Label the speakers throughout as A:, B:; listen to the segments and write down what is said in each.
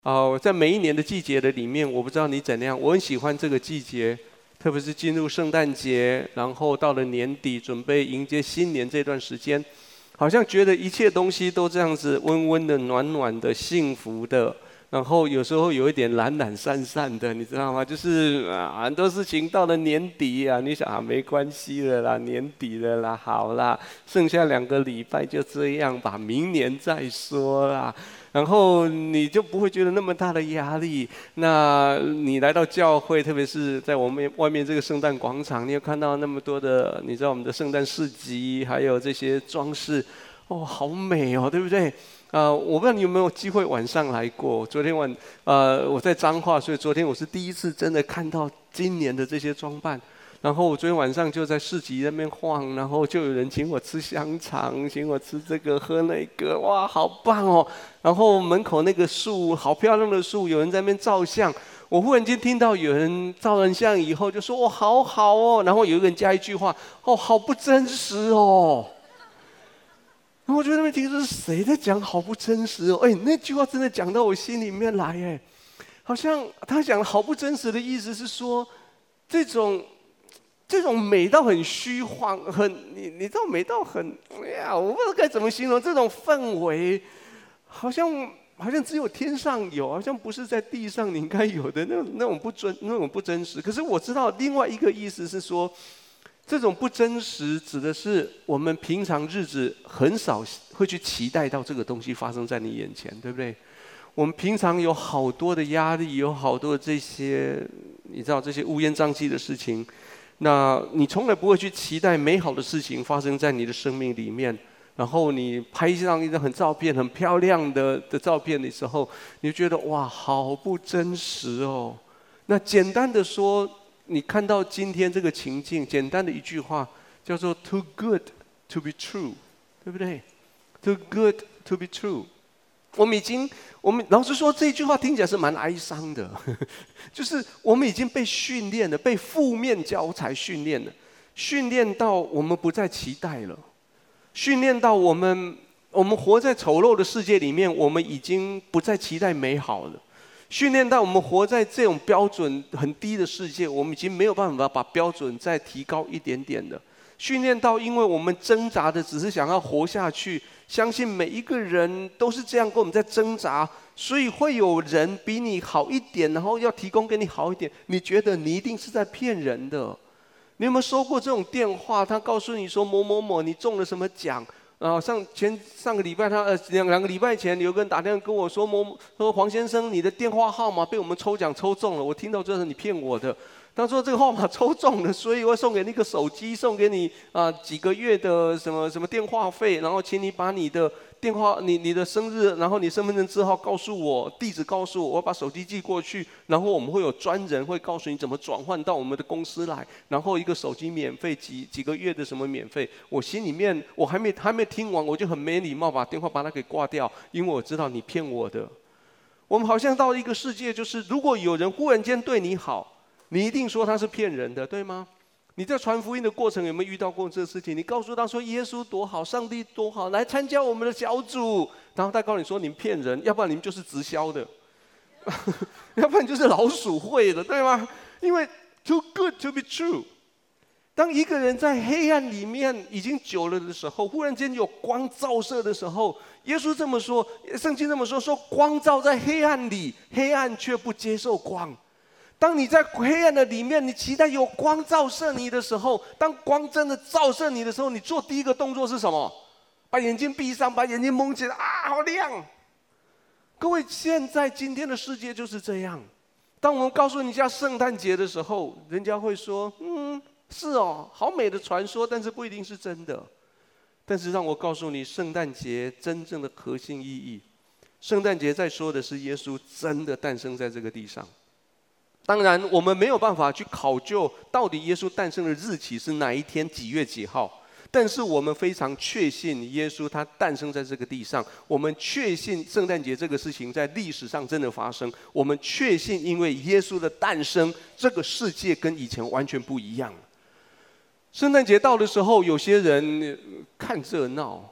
A: 在每一年的季节的里面，我不知道你怎样，我很喜欢这个季节，特别是进入圣诞节，然后到了年底，准备迎接新年这段时间，好像觉得一切东西都这样子温温的、暖暖的、幸福的，然后有时候有一点懒懒散散的，你知道吗？就是很多事情到了年底啊，你想没关系了啦，年底了啦，好啦，剩下2个礼拜就这样吧，明年再说啦。然后你就不会觉得那么大的压力。那你来到教会，特别是在我们外面这个圣诞广场，你有看到那么多的，你知道我们的圣诞市集，还有这些装饰，好美哦，对不对？我不知道你有没有机会晚上来过。昨天我在彰化，所以昨天我是第一次真的看到今年的这些装扮。然后我昨天晚上就在市集那边晃，然后就有人请我吃香肠，请我吃这个喝那个，哇，好棒哦！然后门口那个树，好漂亮的树，有人在那边照相。我忽然间听到有人照完相以后就说：“好好哦。”然后有一个人加一句话：“好不真实哦。”然后我就在那边听，这是谁在讲好不真实哦？那句话真的讲到我心里面来，好像他讲好不真实的意思是说，这种美到很虚幻，你知道美到很，我不知道该怎么形容这种氛围，好像只有天上有，好像不是在地上你应该有的那种不真实。可是我知道另外一个意思是说，这种不真实指的是我们平常日子很少会去期待到这个东西发生在你眼前，对不对？我们平常有好多的压力，有好多的这些，你知道这些乌烟瘴气的事情。那你从来不会去期待美好的事情发生在你的生命里面，然后你拍上一张很漂亮的照片的时候，你就觉得哇，好不真实哦。那简单的说，你看到今天这个情境，简单的一句话叫做 "Too good to be true"， 对不对 ？"Too good to be true"。我们老实说，这句话听起来是蛮哀伤的，就是我们已经被训练了，被负面教材训练了，训练到我们不再期待了，训练到我们活在丑陋的世界里面，我们已经不再期待美好了，训练到我们活在这种标准很低的世界，我们已经没有办法把标准再提高一点点了。训练到，因为我们挣扎的只是想要活下去，相信每一个人都是这样跟我们在挣扎，所以会有人比你好一点，然后要提供给你好一点，你觉得你一定是在骗人的。你有没有收过这种电话？他告诉你说某某某你中了什么奖？上个礼拜两个礼拜前有个人打电话跟我说说黄先生，你的电话号码被我们抽奖抽中了。我听到这是你骗我的。他说这个号码抽中了，所以我送给你一个手机，送给你几个月的什么电话费，然后请你把你的电话、你的生日，然后你身份证字号告诉我，地址告诉我，我把手机寄过去，然后我们会有专人会告诉你怎么转换到我们的公司来，然后一个手机免费几个月的什么免费。我心里面我还没听完，我就很没礼貌把电话把它给挂掉，因为我知道你骗我的。我们好像到一个世界，就是如果有人忽然间对你好，你一定说他是骗人的，对吗？你在传福音的过程有没有遇到过这个事情？你告诉他说耶稣多好，上帝多好，来参加我们的小组，然后他告诉你说你们骗人，要不然你们就是直销的，要不然就是老鼠会的，对吗？因为 too good to be true。当一个人在黑暗里面已经久了的时候，忽然间有光照射的时候，耶稣这么说，圣经这么说，说光照在黑暗里，黑暗却不接受光。当你在黑暗的里面，你期待有光照射你的时候，当光真的照射你的时候，你做第一个动作是什么？把眼睛闭上，把眼睛蒙起来，好亮！各位，今天的世界就是这样。当我们告诉人家圣诞节的时候，人家会说：“是哦，好美的传说，但是不一定是真的。”但是让我告诉你，圣诞节真正的核心意义，圣诞节在说的是耶稣真的诞生在这个地上。当然，我们没有办法去考究到底耶稣诞生的日期是哪一天几月几号，但是我们非常确信耶稣他诞生在这个地上。我们确信圣诞节这个事情在历史上真的发生。我们确信，因为耶稣的诞生，这个世界跟以前完全不一样。圣诞节到的时候，有些人看热闹，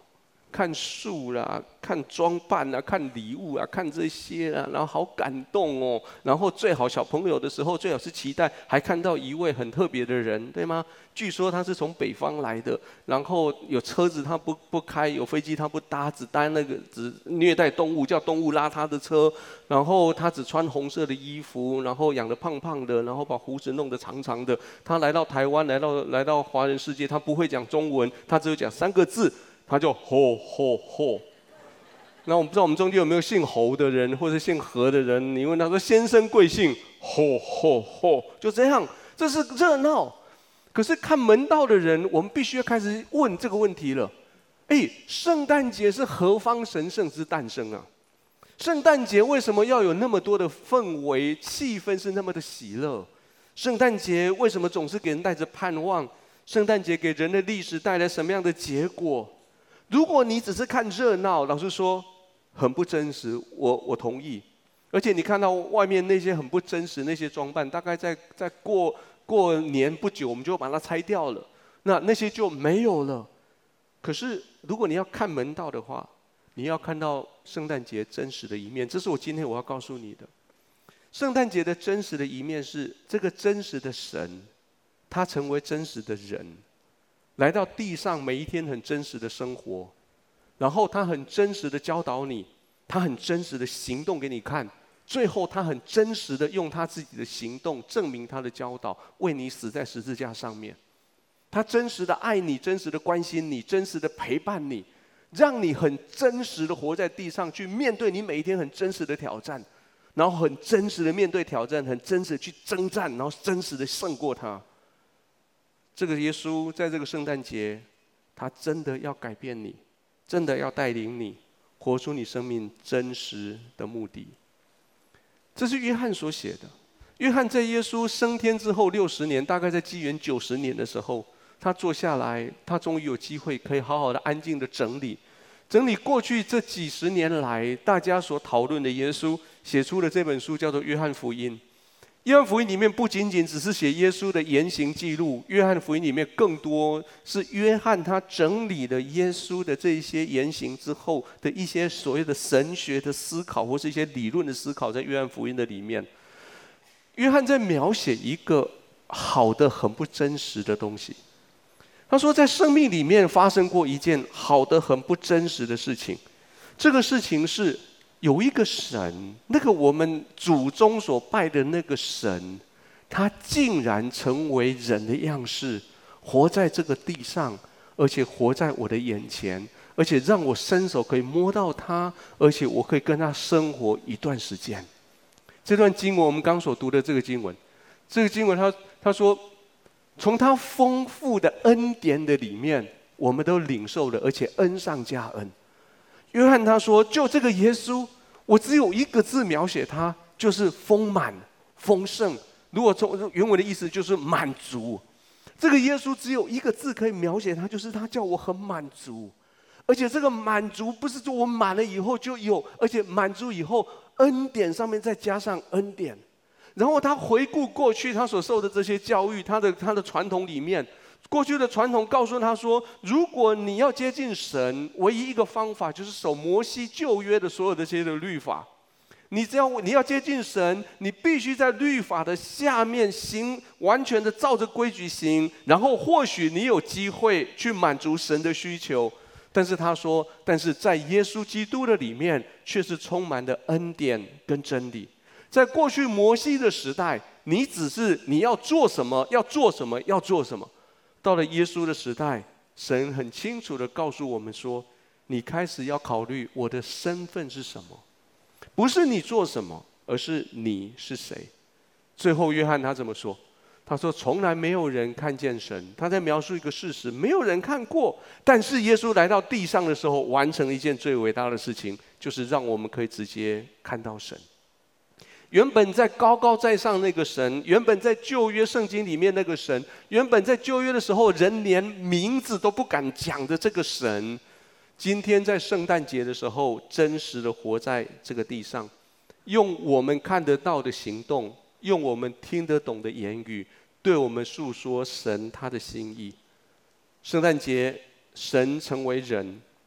A: 看树啦，看装扮啦，看礼物啊，看这些啦，然后好感动哦。然后最好小朋友的时候，最好是期待还看到一位很特别的人，对吗？据说他是从北方来的，然后有车子他不开，有飞机他不搭，只搭那个只虐待动物，叫动物拉他的车。然后他只穿红色的衣服，然后养得胖胖的，然后把胡子弄得长长的。他来到台湾，来到华人世界，他不会讲中文，他只有讲3个字。他就吼吼吼，那我不知道我们中间有没有姓侯的人，或者姓何的人？你问他说：“先生贵姓？”吼吼吼，就这样，这是热闹。可是看门道的人，我们必须要开始问这个问题了。圣诞节是何方神圣之诞生啊？圣诞节为什么要有那么多的氛围、气氛是那么的喜乐？圣诞节为什么总是给人带着盼望？圣诞节给人的历史带来什么样的结果？如果你只是看热闹，老实说很不真实，我同意。而且你看到外面那些很不真实那些装扮，大概在过年不久，我们就把它拆掉了，那些就没有了。可是如果你要看门道的话，你要看到圣诞节真实的一面，这是我今天我要告诉你的。圣诞节的真实的一面是这个真实的神，他成为真实的人。来到地上，每一天很真实的生活，然后他很真实的教导你，他很真实的行动给你看，最后他很真实的用他自己的行动证明他的教导，为你死在十字架上面。他真实的爱你，真实的关心你，真实的陪伴你，让你很真实的活在地上，去面对你每一天很真实的挑战，然后很真实的面对挑战，很真实的去征战，然后真实的胜过他。这个耶稣在这个圣诞节，他真的要改变你，真的要带领你活出你生命真实的目的。这是约翰所写的。约翰在耶稣升天之后60年，大概在纪元90年的时候，他坐下来，他终于有机会可以好好的安静的整理过去这几十年来大家所讨论的耶稣，写出了这本书，叫做《约翰福音》。约翰福音里面不仅仅只是写耶稣的言行记录，约翰福音里面更多是约翰他整理了耶稣的这一些言行之后的一些所谓的神学的思考，或是一些理论的思考，在约翰福音的里面。约翰在描写一个好的很不真实的东西。他说，在生命里面发生过一件好的很不真实的事情。这个事情是有一个神，那个我们祖宗所拜的那个神，他竟然成为人的样式，活在这个地上，而且活在我的眼前，而且让我伸手可以摸到他，而且我可以跟他生活一段时间。这段经文我们刚所读的这个经文，他说，从他丰富的恩典的里面，我们都领受了，而且恩上加恩。约翰他说，就这个耶稣，我只有一个字描写他，就是丰满、丰盛。如果从原文的意思就是满足。这个耶稣只有一个字可以描写他，就是他叫我很满足。而且这个满足不是说我满了以后就有，而且满足以后恩典上面再加上恩典。然后他回顾过去他所受的这些教育，他的传统里面，过去的传统告诉他说，如果你要接近神，唯一一个方法就是守摩西旧约的所有这些的律法。你要接近神，你必须在律法的下面行，完全的照着规矩行，然后或许你有机会去满足神的需求。但是他说，但是在耶稣基督的里面，却是充满了恩典跟真理。在过去摩西的时代，你只是你要做什么，要做什么，要做什么。到了耶稣的时代，神很清楚地告诉我们说，你开始要考虑我的身份是什么，不是你做什么，而是你是谁。最后约翰他怎么说？他说，从来没有人看见神。他在描述一个事实，没有人看过。但是耶稣来到地上的时候，完成了一件最伟大的事情，就是让我们可以直接看到神。原本在高高在上那个神，原本在旧约圣经里面那个神，原本在旧约的时候人连名字都不敢讲的这个神，今天在圣诞节的时候真实的活在这个地上，用我们看得到的行动，用我们听得懂的言语，对我们诉说神他的心意。圣诞节神成为人，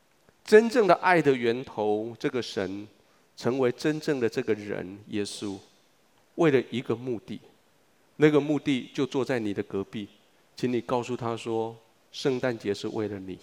A: 真正的爱的源头，这个神成为真正的这个人耶稣，为了一个目的，那个目的就坐在你的隔壁，请你告诉他说，圣诞节是为了你，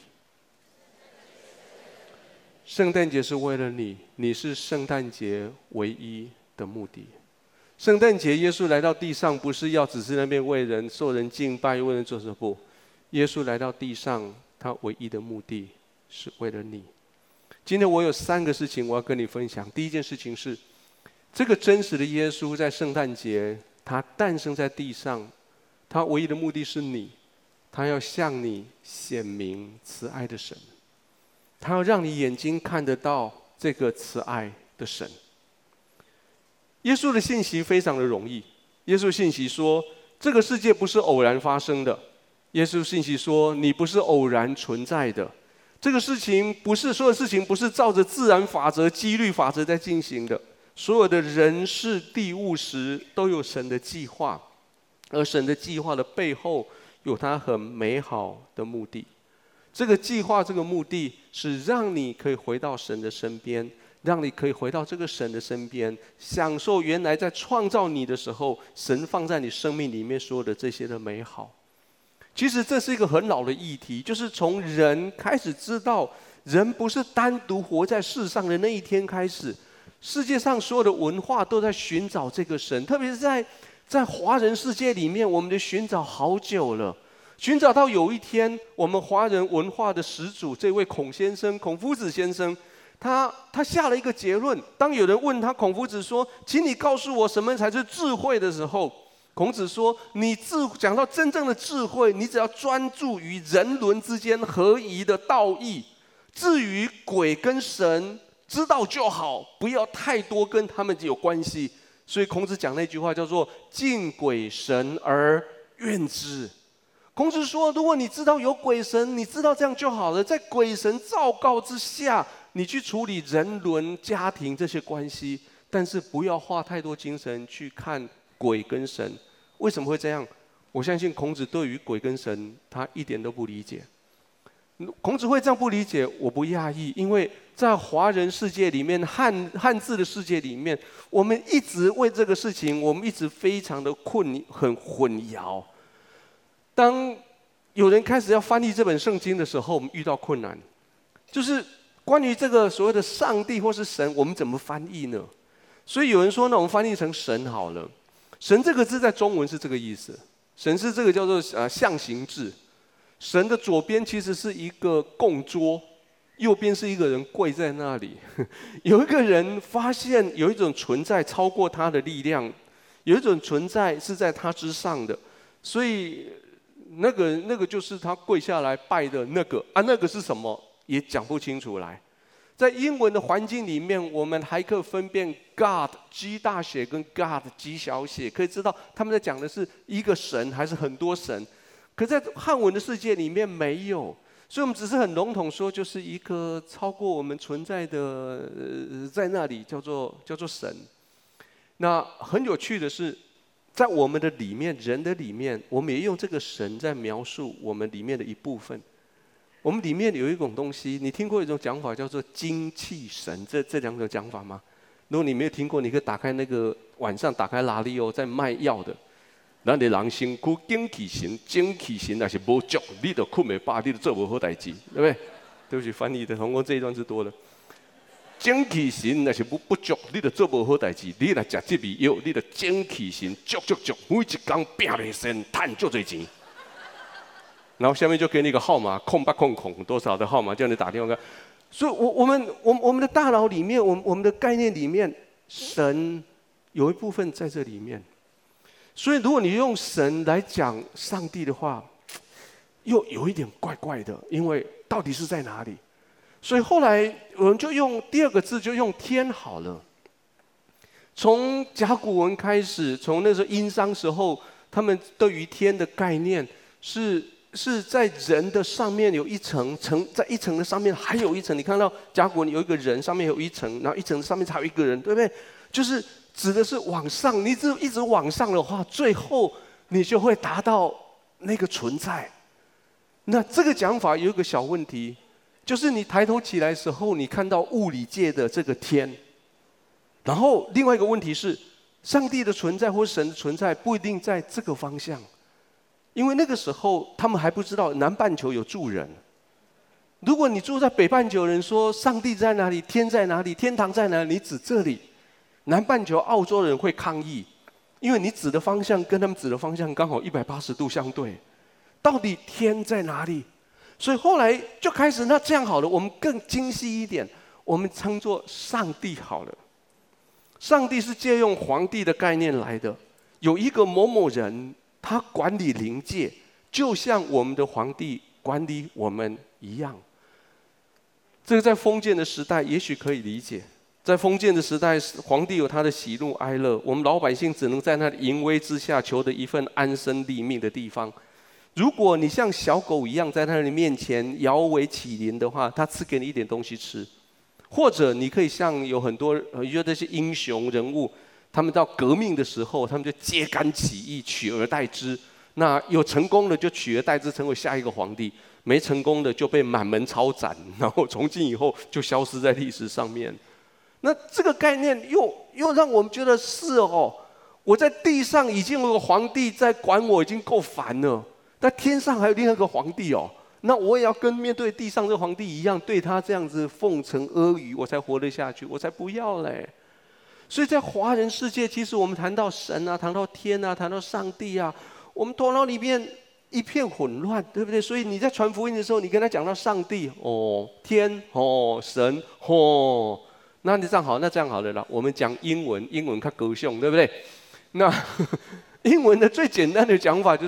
A: 圣诞节是为了你，你是圣诞节唯一的目的。圣诞节耶稣来到地上，不是要只是那边为人受人敬拜，为人做什么？不，耶稣来到地上，他唯一的目的是为了你。今天我有3个事情我要跟你分享。第一件事情是，这个真实的耶稣在圣诞节，他诞生在地上，他唯一的目的是你，他要向你显明慈爱的神，他要让你眼睛看得到这个慈爱的神。耶稣的信息非常的容易，耶稣信息说，这个世界不是偶然发生的，耶稣信息说，你不是偶然存在的，这个事情不是，所有事情不是照着自然法则、几率法则在进行的，所有的人事地物时都有神的计划，而神的计划的背后有他很美好的目的。这个计划，这个目的是让你可以回到神的身边，让你可以回到这个神的身边，享受原来在创造你的时候，神放在你生命里面所有的这些的美好。其实这是一个很老的议题，就是从人开始知道，人不是单独活在世上的那一天开始，世界上所有的文化都在寻找这个神，特别是在华人世界里面，我们的寻找好久了。寻找到有一天，我们华人文化的始祖这位孔夫子先生，他下了一个结论。当有人问他，孔夫子说：“请你告诉我，什么才是智慧？”的时候，孔子说：“讲到真正的智慧，你只要专注于人伦之间合一的道义，至于鬼跟神，知道就好，不要太多跟他们有关系。”所以孔子讲那句话叫做“敬鬼神而远之”。孔子说，如果你知道有鬼神，你知道这样就好了，在鬼神昭告之下，你去处理人伦、家庭这些关系，但是不要花太多精神去看鬼跟神。为什么会这样？我相信孔子对于鬼跟神，他一点都不理解。孔子会这样不理解，我不讶异，因为在华人世界里面，汉字的世界里面，我们一直为这个事情，我们一直非常的很混淆。当有人开始要翻译这本圣经的时候，我们遇到困难，就是关于这个所谓的上帝或是神，我们怎么翻译呢？所以有人说，那我们翻译成神好了。神这个字在中文是这个意思，神是这个叫做象形字。神的左边其实是一个供桌，右边是一个人跪在那里。有一个人发现有一种存在超过他的力量，有一种存在是在他之上的，所以那个就是他跪下来拜的那个那个是什么也讲不清楚来。在英文的环境里面，我们还可以分辨 God G 大写跟 God G 小写，可以知道他们在讲的是一个神还是很多神。可在汉文的世界里面没有，所以我们只是很笼统说，就是一个超过我们存在的在那里叫做神。那很有趣的是，在我们的里面，人的里面，我们也用这个神在描述我们里面的一部分。我们里面有一种东西，你听过一种讲法叫做精气神，这2种讲法吗？如果你没有听过，你可以打开那个晚上打开拉力在卖药的。咱的人身躯精气神，精气神若是无足，你就困袂饱，你就做无好代志，对不对？对不起，翻译的同工这一段是多了。精气神若是不足，你就做无好代志。你若食这味药，你就精气神足，每一天拼袂身，赚足多钱。然后下面就给你一个号码，0800多少的号码，叫你打电话。所以我们的大脑里面，我们的概念里面，神有一部分在这里面。所以如果你用神来讲上帝的话，又有一点怪怪的，因为到底是在哪里？所以后来我们就用第2个字，就用天好了。从甲骨文开始，从那时候殷商时候，他们对于天的概念是在人的上面有一层，在一层的上面还有一层。你看到甲骨文有一个人，上面有一层，然后一层上面才有一个人，对不对？就是指的是往上，你一直往上的话，最后你就会达到那个存在。那这个讲法有一个小问题， 就是你抬头起来的时候，你看到物理界的这个天。然后另外一个问题是，上帝的存在或神的存在不一定在这个方向，因为那个时候他们还不知道南半球有住人。如果你住在北半球，人说上帝在哪里，天在哪里，天堂在哪里，你指这里，南半球澳洲人会抗议，因为你指的方向跟他们指的方向刚好180度相对，到底天在哪里？所以后来就开始，那这样好了，我们更精细一点，我们称作上帝好了。上帝是借用皇帝的概念来的，有一个某某人，他管理灵界，就像我们的皇帝管理我们一样。这个在封建的时代也许可以理解，在封建的时代，皇帝有他的喜怒哀乐，我们老百姓只能在那淫威之下求得一份安身立命的地方。如果你像小狗一样在他的面前摇尾乞怜的话，他赐给你一点东西吃。或者你可以像有很多这些英雄人物，他们到革命的时候，他们就揭竿起义，取而代之。那有成功的就取而代之，成为下一个皇帝；没成功的就被满门抄斩，然后从今以后就消失在历史上面。那这个概念又让我们觉得是哦，我在地上已经有个皇帝在管我，已经够烦了，但天上还有另外一个皇帝哦。那我也要跟面对地上这皇帝一样，对他这样子奉承阿谀，我才活得下去，我才不要嘞。所以在华人世界，其实我们谈到神啊，谈到天啊，谈到上帝啊，我们头脑里面一片混乱，对不对？所以你在传福音的时候，你跟他讲到上帝哦、天哦、神哦，那你这样好，那这样好了啦。我们讲英文，英文较高尚，对不对？那英文的最简单的讲法就是，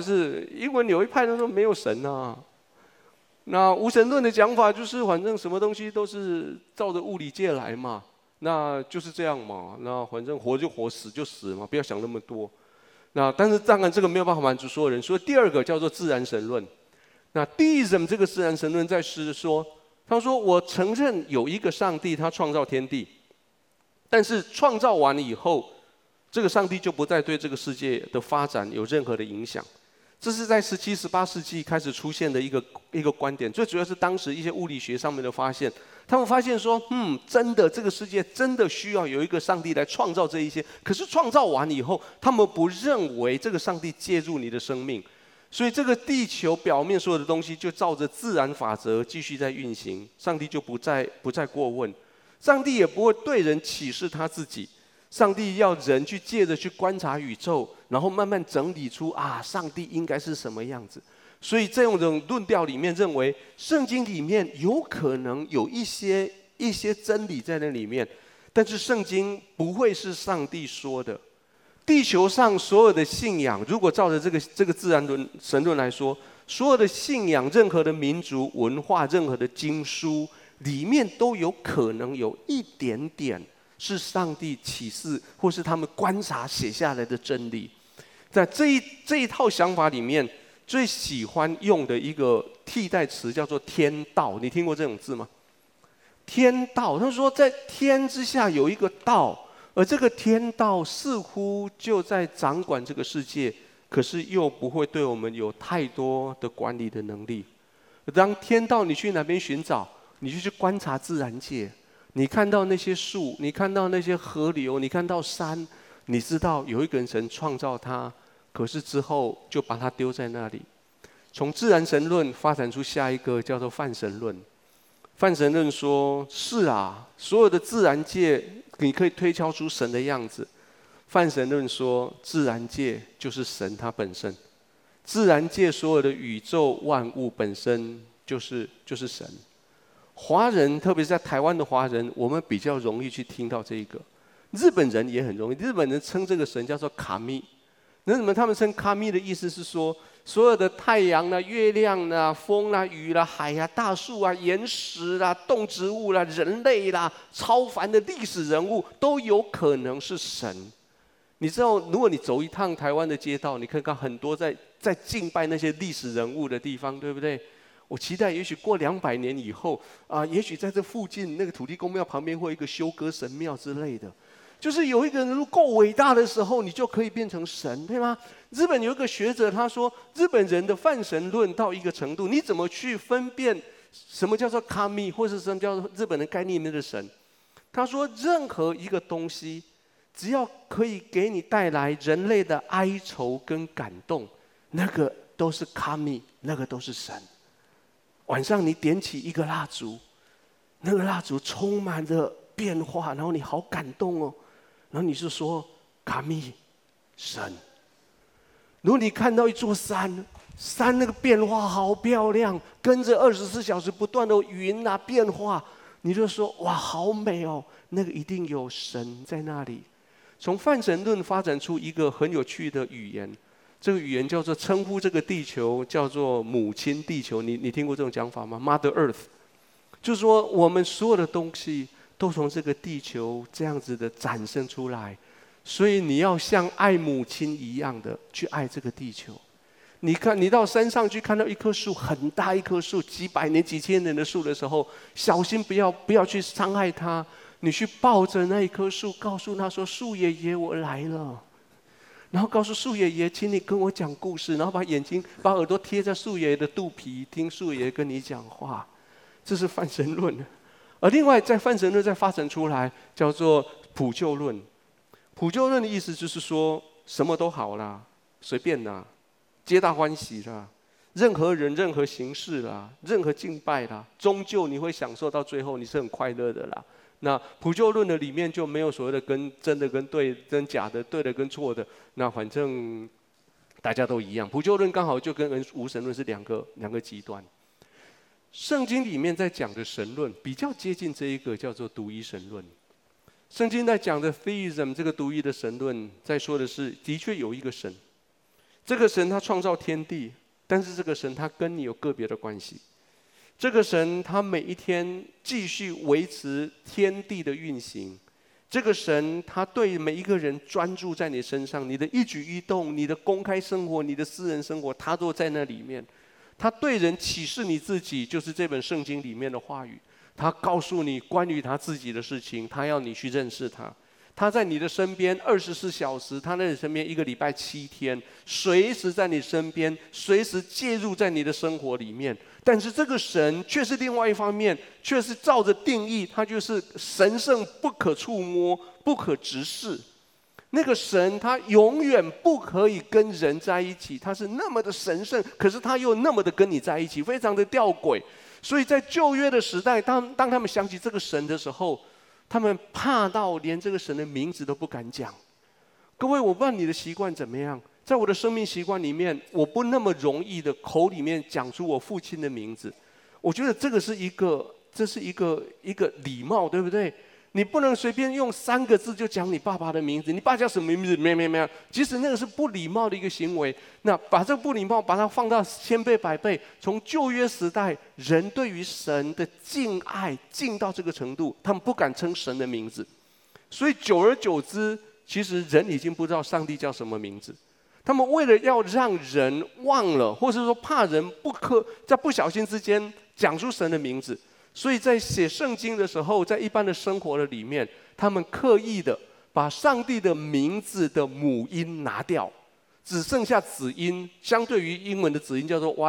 A: 英文有一派他说没有神啊。那无神论的讲法就是，反正什么东西都是照着物理界来嘛，那就是这样嘛。那反正活就活，死就死嘛，不要想那么多。那但是当然这个没有办法满足所有人，所以第二个叫做自然神论。那deism这个自然神论在说，他说我承认有一个上帝，他创造天地，但是创造完了以后，这个上帝就不再对这个世界的发展有任何的影响。这是在17、18世纪开始出现的一个观点，最主要是当时一些物理学上面的发现，他们发现说，真的这个世界真的需要有一个上帝来创造这一些，可是创造完以后，他们不认为这个上帝介入你的生命，所以这个地球表面所有的东西就照着自然法则继续在运行，上帝就不再过问，上帝也不会对人启示他自己。上帝要人去借着去观察宇宙，然后慢慢整理出上帝应该是什么样子。所以这种论调里面认为，圣经里面有可能有一些真理在那里面，但是圣经不会是上帝说的。地球上所有的信仰，如果照着这个自然神论来说，所有的信仰，任何的民族文化，任何的经书里面都有可能有一点点是上帝启示，或是他们观察写下来的真理。在这一套想法里面，最喜欢用的一个替代词叫做天道。你听过这种字吗？天道，他说在天之下有一个道，而这个天道似乎就在掌管这个世界，可是又不会对我们有太多的管理的能力。当天道你去哪边寻找，你就去观察自然界。你看到那些树，你看到那些河流，你看到山，你知道有一个神创造它，可是之后就把它丢在那里。从自然神论发展出下一个叫做泛神论。泛神论说，是啊，所有的自然界你可以推敲出神的样子。泛神论说，自然界就是神它本身，自然界所有的宇宙万物本身就是神。华人，特别是在台湾的华人，我们比较容易去听到这个。日本人也很容易，日本人称这个神叫做卡密。那什么？他们称卡密的意思是说，所有的太阳啦、月亮啦、风啦、雨啦、海呀、大树啊、岩石啦、动植物啦、人类啦、超凡的历史人物，都有可能是神。你知道，如果你走一趟台湾的街道，你看到很多在敬拜那些历史人物的地方，对不对？我期待，也许过200年以后也许在这附近那个土地公庙旁边会有一个修哥神庙之类的，就是有一个人够伟大的时候，你就可以变成神，对吗？日本有一个学者他说，日本人的泛神论到一个程度，你怎么去分辨什么叫做卡米，或是什么叫做日本人概念里面的神？他说，任何一个东西，只要可以给你带来人类的哀愁跟感动，那个都是卡米，那个都是神。晚上你点起一个蜡烛，那个蜡烛充满着变化，然后你好感动哦，然后你是说卡米，神。如果你看到一座山，山那个变化好漂亮，跟着24小时不断的云啊变化，你就说哇好美哦，那个一定有神在那里。从泛神论发展出一个很有趣的语言，这个语言叫做称呼这个地球叫做母亲地球。你听过这种讲法吗 ？Mother Earth， 就是说我们所有的东西都从这个地球这样子的展生出来，所以你要像爱母亲一样的去爱这个地球。你看，你到山上去看到一棵树，很大一棵树，几百年、几千年的树的时候，小心不要去伤害它。你去抱着那一棵树，告诉他说：“树爷爷，我来了。”然后告诉树爷爷，请你跟我讲故事，然后把耳朵贴在树爷爷的肚皮，听树爷爷跟你讲话。这是泛神论。而另外，在泛神论再发展出来，叫做普救论。普救论的意思就是说，什么都好啦，随便啦。皆大欢喜啦，任何人、任何形式啦，任何敬拜啦，终究你会享受到最后，你是很快乐的啦。那普救论的里面就没有所谓的跟真的跟对跟假的，对的跟错的，那反正大家都一样。普救论刚好就跟无神论是两个极端。圣经里面在讲的神论比较接近这一个叫做独一神论。圣经在讲的 theism 这个独一的神论，在说的是的确有一个神。这个神他创造天地，但是这个神他跟你有个别的关系。这个神他每一天继续维持天地的运行。这个神他对每一个人专注在你身上，你的一举一动，你的公开生活，你的私人生活，他都在那里面。他对人启示你自己，就是这本圣经里面的话语。他告诉你关于他自己的事情，他要你去认识他。他在你的身边24小时，他在你身边1个礼拜7天，随时在你身边，随时介入在你的生活里面。但是这个神却是另外一方面，却是照着定义，他就是神圣不可触摸、不可直视。那个神他永远不可以跟人在一起，他是那么的神圣，可是他又那么的跟你在一起，非常的吊诡。所以在旧约的时代，当他们想起这个神的时候，他们怕到连这个神的名字都不敢讲。各位，我不知道你的习惯怎么样，在我的生命习惯里面，我不那么容易的口里面讲出我父亲的名字。我觉得这是一个礼貌，对不对？你不能随便用3个字就讲你爸爸的名字，你爸叫什么名字？没，即使那个是不礼貌的一个行为，那把这个不礼貌把它放到1000倍100倍，从旧约时代人对于神的敬爱敬到这个程度，他们不敢称神的名字，所以久而久之，其实人已经不知道上帝叫什么名字。他们为了要让人忘了，或是说怕人在不小心之间讲出神的名字。所以在写圣经的时候，在一般的生活的里面，他们刻意的把上帝的名字的母音拿掉，只剩下子音，相对于英文的子音叫做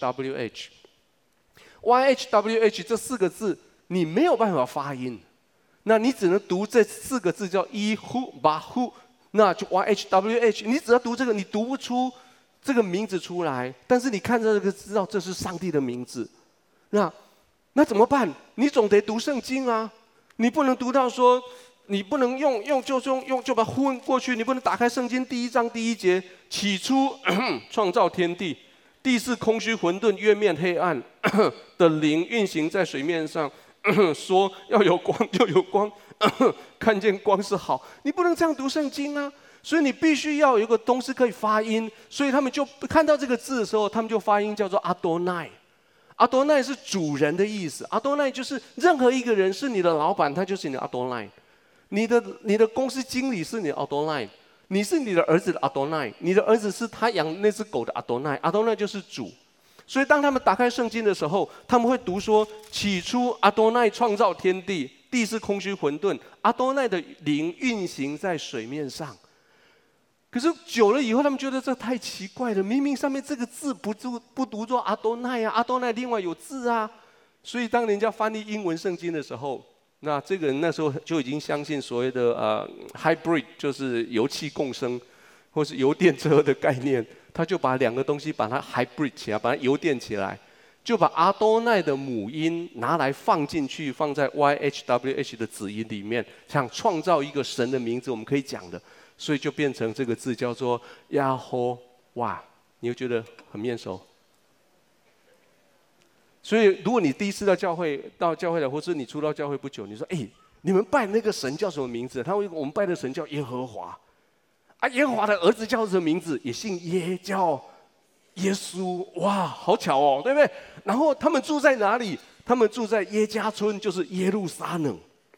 A: YHWH。YHWH 这4个字你没有办法发音，那你只能读这4个字叫伊呼巴呼，那就 YHWH。你只要读这个，你读不出这个名字出来，但是你看这个知道这是上帝的名字，那怎么办？你总得读圣经啊！你不能读到说，你不能用就把它混过去。你不能打开圣经第1章第1节，起初创造天地，地是空虚混沌，月面黑暗的灵运行在水面上，说要有光就有光，看见光是好。你不能这样读圣经啊！所以你必须要有一个东西可以发音。所以他们就看到这个字的时候，他们就发音叫做阿多奈。阿多奈是主人的意思，阿多奈就是任何一个人是你的老板，他就是你的阿多奈；你的公司经理是你的阿多奈，你是你的儿子的阿多奈，你的儿子是他养那只狗的阿多奈，阿多奈就是主。所以当他们打开圣经的时候，他们会读说：起初阿多奈创造天地，地是空虚混沌，阿多奈的灵运行在水面上。可是久了以后，他们觉得这太奇怪了。明明上面这个字不读作阿多奈啊，阿多奈另外有字啊。 所以当人家翻译英文圣经的时候，那这个人那时候就已经相信所谓的hybrid， 就是油气共生，或是油电车的概念，他就把两个东西把它 hybrid 起来，把它油电起来，就把阿多奈的母音拿来放进去，放在 YHWH 的子音里面，想创造一个神的名字，我们可以讲的，所以就变成这个字叫做亚吼哇，你会觉得很面熟。所以，如果你第一次到教会来，或是你出到教会不久，你说：“哎，你们拜那个神叫什么名字？”他会：“我们拜的神叫耶和华。”啊，耶和华的儿子叫什么名字？也姓耶，叫耶稣。哇，好巧哦，对不对？然后他们住在哪里？他们住在耶加村，就是耶路撒冷。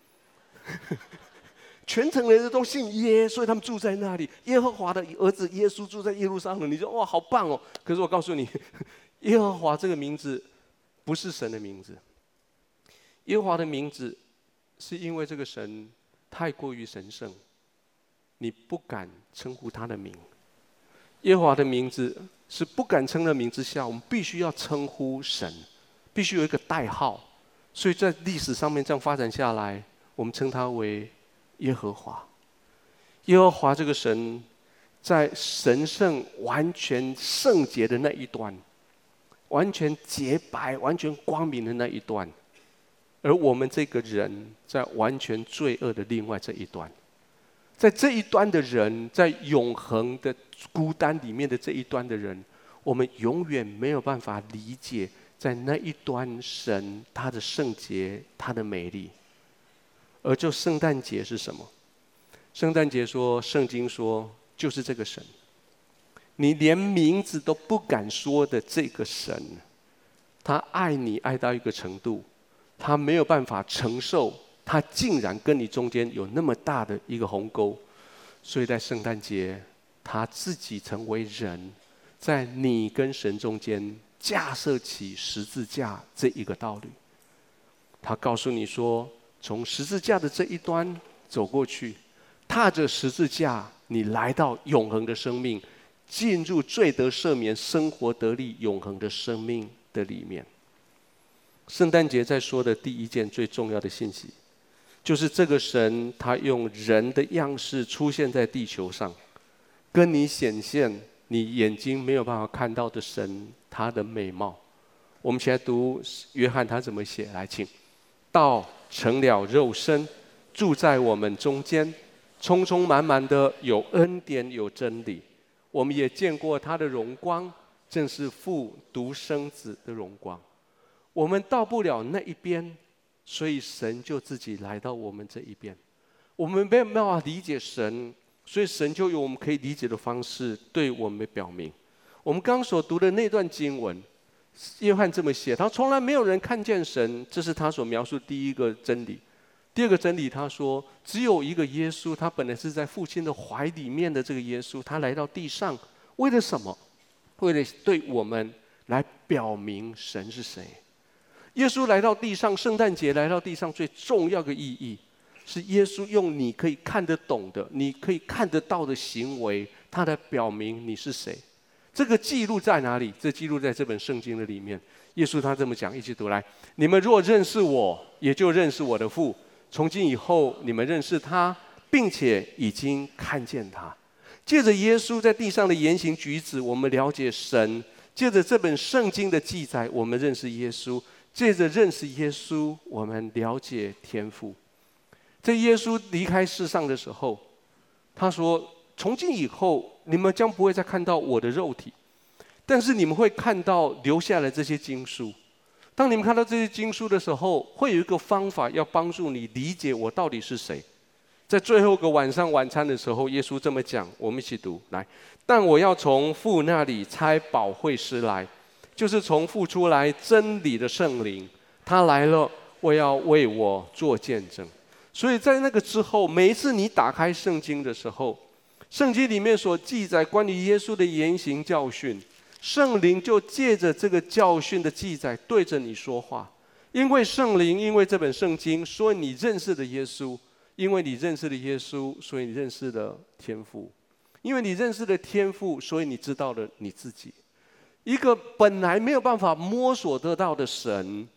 A: 全城人都姓耶，所以他们住在那里。耶和华的儿子耶稣住在耶路撒冷，你说哇，好棒哦！可是我告诉你，耶和华这个名字不是神的名字。耶和华的名字是因为这个神太过于神圣，你不敢称呼他的名。耶和华的名字是不敢称的名之下，我们必须要称呼神，必须有一个代号。所以在历史上面这样发展下来，我们称他为耶和华。耶和华这个神，在神圣完全圣洁的那一端，完全洁白、完全光明的那一端，而我们这个人在完全罪恶的另外这一端。在这一端的人，在永恒的孤单里面的这一端的人，我们永远没有办法理解在那一端神他的圣洁、他的美丽。而就圣诞节是什么？圣诞节说，圣经说，就是这个神，你连名字都不敢说的这个神，他爱你爱到一个程度，他没有办法承受，他竟然跟你中间有那么大的一个鸿沟，所以在圣诞节，他自己成为人，在你跟神中间架设起十字架这一个道理。他告诉你说，从十字架的这一端走过去，踏着十字架，你来到永恒的生命，进入罪得赦免、生活得力、永恒的生命的里面。圣诞节在说的第一件最重要的信息，就是这个神他用人的样式出现在地球上，跟你显现你眼睛没有办法看到的神他的美貌。我们一起来读约翰他怎么写，来请。道成了肉身，住在我们中间，充充满满的有恩典有真理。我们也见过他的荣光，正是父独生子的荣光。我们到不了那一边，所以神就自己来到我们这一边。我们没有办法理解神，所以神就用我们可以理解的方式对我们表明。我们刚刚所读的那段经文，约翰这么写，他从来没有人看见神，这是他所描述第一个真理。第二个真理，他说只有一个耶稣，他本来是在父亲的怀里面的这个耶稣，他来到地上，为了什么？为了对我们来表明神是谁。耶稣来到地上，圣诞节来到地上最重要的意义，是耶稣用你可以看得懂的、你可以看得到的行为，他来表明你是谁。这个记录在哪里？这记录在这本圣经的里面。耶稣他这么讲，一起读来：你们若认识我，也就认识我的父。从今以后，你们认识他，并且已经看见他。借着耶稣在地上的言行举止，我们了解神；借着这本圣经的记载，我们认识耶稣；借着认识耶稣，我们了解天父。在耶稣离开世上的时候，他说：从今以后，你们将不会再看到我的肉体，但是你们会看到留下来这些经书。当你们看到这些经书的时候，会有一个方法要帮助你理解我到底是谁。在最后一个晚上晚餐的时候，耶稣这么讲，我们一起读来：但我要从父那里差保惠师来，就是从父出来真理的圣灵，他来了，我要为我做见证。所以在那个之后，每一次你打开圣经的时候，圣经里面所记载关于耶稣的言行教训，圣灵就借着这个教训的记载对着你说话。因为圣灵，因为这本圣经，所以你认识了耶稣；因为你认识了耶稣，所以你认识了天父；因为你认识了天父，所以你知道了你自己。一个本来没有办法摸索得到的神，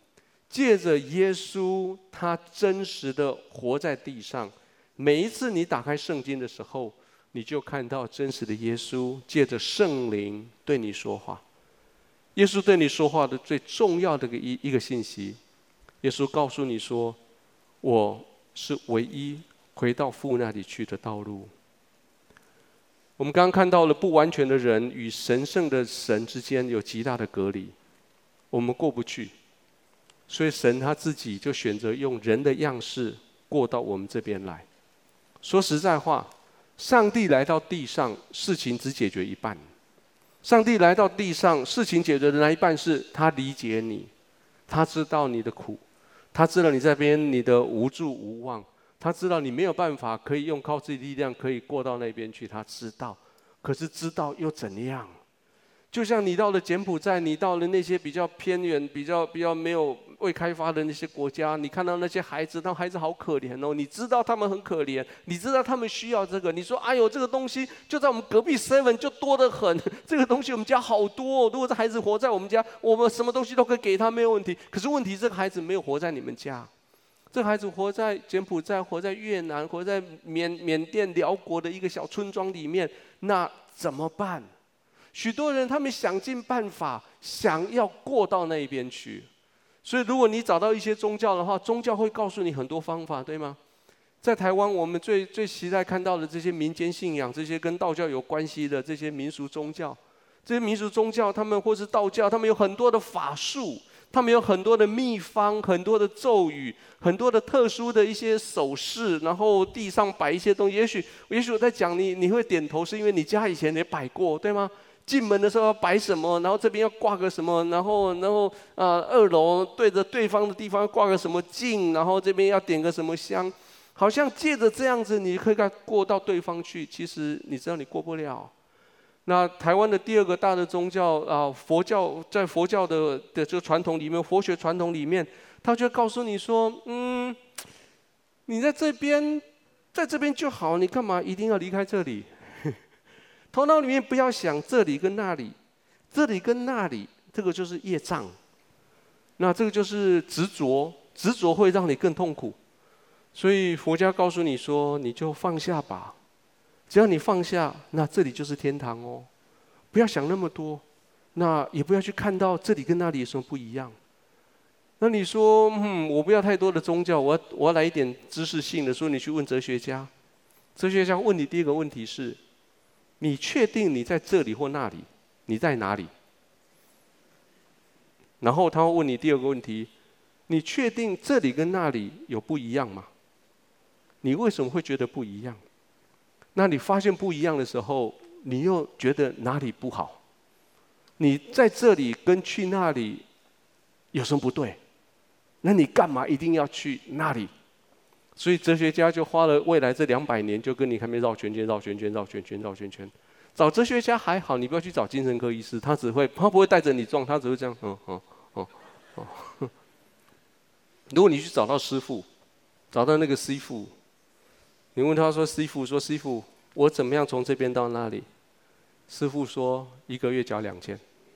A: 借着耶稣他真实的活在地上，每一次你打开圣经的时候，你就看到真实的耶稣借着圣灵对你说话。耶稣对你说话的最重要的一个信息，耶稣告诉你说，我是唯一回到父那里去的道路。我们刚刚看到了不完全的人与神圣的神之间有极大的隔离，我们过不去，所以神他自己就选择用人的样式过到我们这边来。说实在话，上帝来到地上，事情只解决一半。上帝来到地上，事情解决的那一半是他理解你，他知道你的苦，他知道你这边你的无助无望，他知道你没有办法可以用靠自己力量可以过到那边去，他知道。可是知道又怎样？就像你到了柬埔寨，你到了那些比较偏远、比较没有未开发的那些国家，你看到那些孩子，那孩子好可怜哦。你知道他们很可怜，你知道他们需要这个。你说：“哎呦，这个东西就在我们隔壁 7就多得很，这个东西我们家好多哦。如果这孩子活在我们家，我们什么东西都可以给他，没有问题。可是问题，这个孩子没有活在你们家，这个孩子活在柬埔寨，活在越南，活在缅甸、辽国的一个小村庄里面，那怎么办？”许多人他们想尽办法想要过到那边去，所以如果你找到一些宗教的话，宗教会告诉你很多方法，对吗？在台湾，我们最期待看到的这些民间信仰，这些跟道教有关系的这些民俗宗教，这些民俗宗教，他们或是道教，他们有很多的法术，他们有很多的秘方，很多的咒语，很多的特殊的一些手势，然后地上摆一些东西。也许我在讲你会点头，是因为你家以前也摆过，对吗？进门的时候要摆什么，然后这边要挂个什么，然后2楼对着对方的地方要挂个什么镜，然后这边要点个什么香，好像借着这样子你可以过到对方去。其实你知道你过不了。那台湾的第二个大的宗教佛教，在佛教的这个传统里面，佛学传统里面，他就告诉你说，你在这边就好，你干嘛一定要离开这里？头脑里面不要想这里跟那里，这里跟那里，这个就是业障。那这个就是执着，执着会让你更痛苦。所以佛家告诉你说，你就放下吧。只要你放下，那这里就是天堂哦。不要想那么多，那也不要去看到这里跟那里有什么不一样。那你说，我不要太多的宗教，我要来一点知识性的。说你去问哲学家，哲学家问你第一个问题是：你确定你在这里或那里？你在哪里？然后他会问你第二个问题：你确定这里跟那里有不一样吗？你为什么会觉得不一样？那你发现不一样的时候，你又觉得哪里不好？你在这里跟去那里有什么不对？那你干嘛一定要去那里？所以哲学家就花了未来这200年，就跟你看面绕圈圈、绕圈圈、绕圈圈、绕圈圈。找哲学家还好，你不要去找精神科医师，他不会带着你撞，他只会这样，如果你去找到师父，找到那个师父，你问他说：“师父，我怎么样从这边到那里？”师父说：“1个月缴2000。”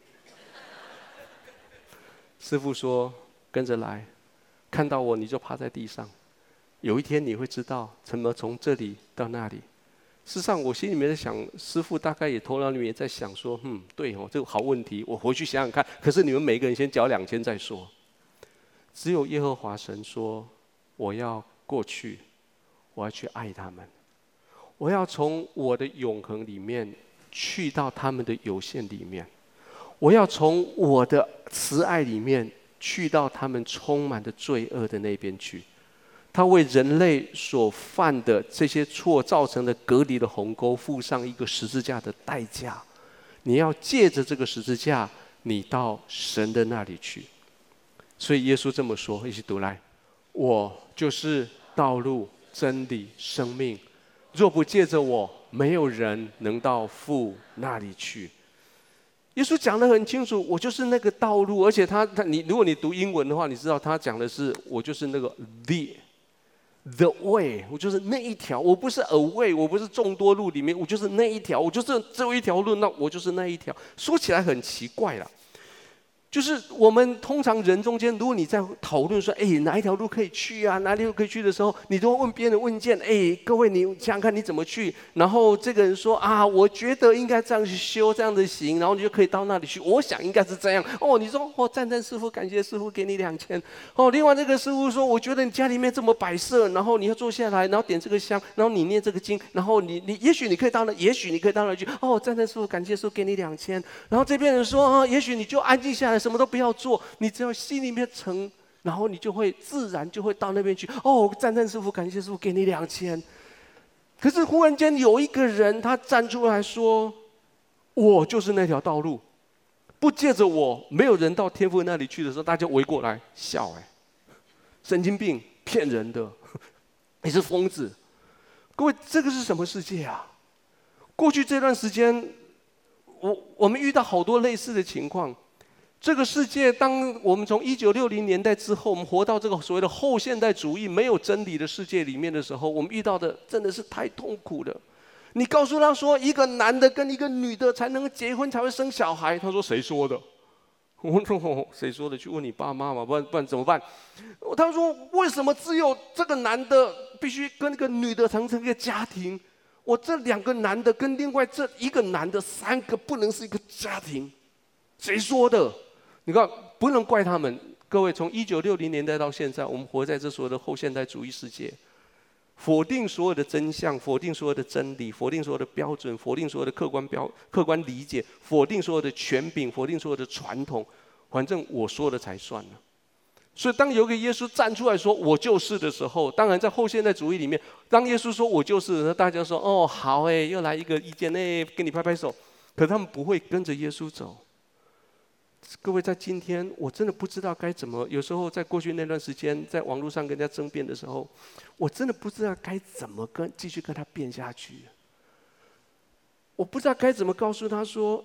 A: 师父说：“跟着来，看到我你就趴在地上。有一天你会知道怎么从这里到那里。”事实上，我心里面在想，师父大概也头脑里面也在想说，对哦，这个好问题，我回去想想看。可是你们每个人先缴2000再说。只有耶和华神说：“我要过去，我要去爱他们，我要从我的永恒里面去到他们的有限里面，我要从我的慈爱里面去到他们充满的罪恶的那边去。”他为人类所犯的这些错造成的隔离的鸿沟，付上一个十字架的代价。你要借着这个十字架，你到神的那里去。所以耶稣这么说，一起读来：我就是道路、真理、生命。若不借着我，没有人能到父那里去。耶稣讲得很清楚，我就是那个道路。而且如果你读英文的话，你知道他讲的是我就是那个 The way， 我就是那一条，我不是 a way， 我不是众多路里面，我就是那一条，我就是只有一条路，那我就是那一条。说起来很奇怪啦， 就是我们通常人中间，如果你在讨论说，哪一条路可以去啊，哪里路可以去的时候，你都会问别人问件，各位你想想看你怎么去？然后这个人说啊，我觉得应该这样去修，这样子行，然后你就可以到那里去。我想应该是这样。你说赞赞师傅，感谢师傅给你2000。另外这个师傅说，我觉得你家里面这么摆设，然后你要坐下来，然后点这个香，然后你念这个经，然后你也许你可以到那，也许你可以到那去。赞赞师傅，感谢师傅给你2000。然后这边人说也许你就安静下来。什么都不要做，你只要心里面诚，然后你就会自然就会到那边去。赞赞师傅，感谢师傅给你2000。可是忽然间有一个人他站出来说，我就是那条道路，不借着我，没有人到天父那里去的时候，大家围过来笑，神经病，骗人的，你是疯子。各位，这个是什么世界啊？过去这段时间，我们遇到好多类似的情况。这个世界，当我们从1960年代之后，我们活到这个所谓的后现代主义没有真理的世界里面的时候，我们遇到的真的是太痛苦了。你告诉他说，一个男的跟一个女的才能结婚，才会生小孩，他说谁说的？我说谁说的？去问你爸妈嘛，不然怎么办？他说为什么只有这个男的必须跟那个女的成一个家庭？我这2个男的跟另外这1个男的3个不能是一个家庭？谁说的？你看，不能怪他们。各位，从1960年代到现在，我们活在这所谓的后现代主义世界，否定所有的真相，否定所有的真理，否定所有的标准，否定所有的客观理解，否定所有的权柄，否定所有的传统。反正我说的才算了。所以，当有一个耶稣站出来说“我就是”的时候，当然在后现代主义里面，当耶稣说“我就是”的时候，大家说：“好又来一个意见，给你拍拍手。”可是他们不会跟着耶稣走。各位，在今天我真的不知道该怎么。有时候在过去那段时间，在网络上跟人家争辩的时候，我真的不知道该怎么继续跟他辩下去。我不知道该怎么告诉他说：“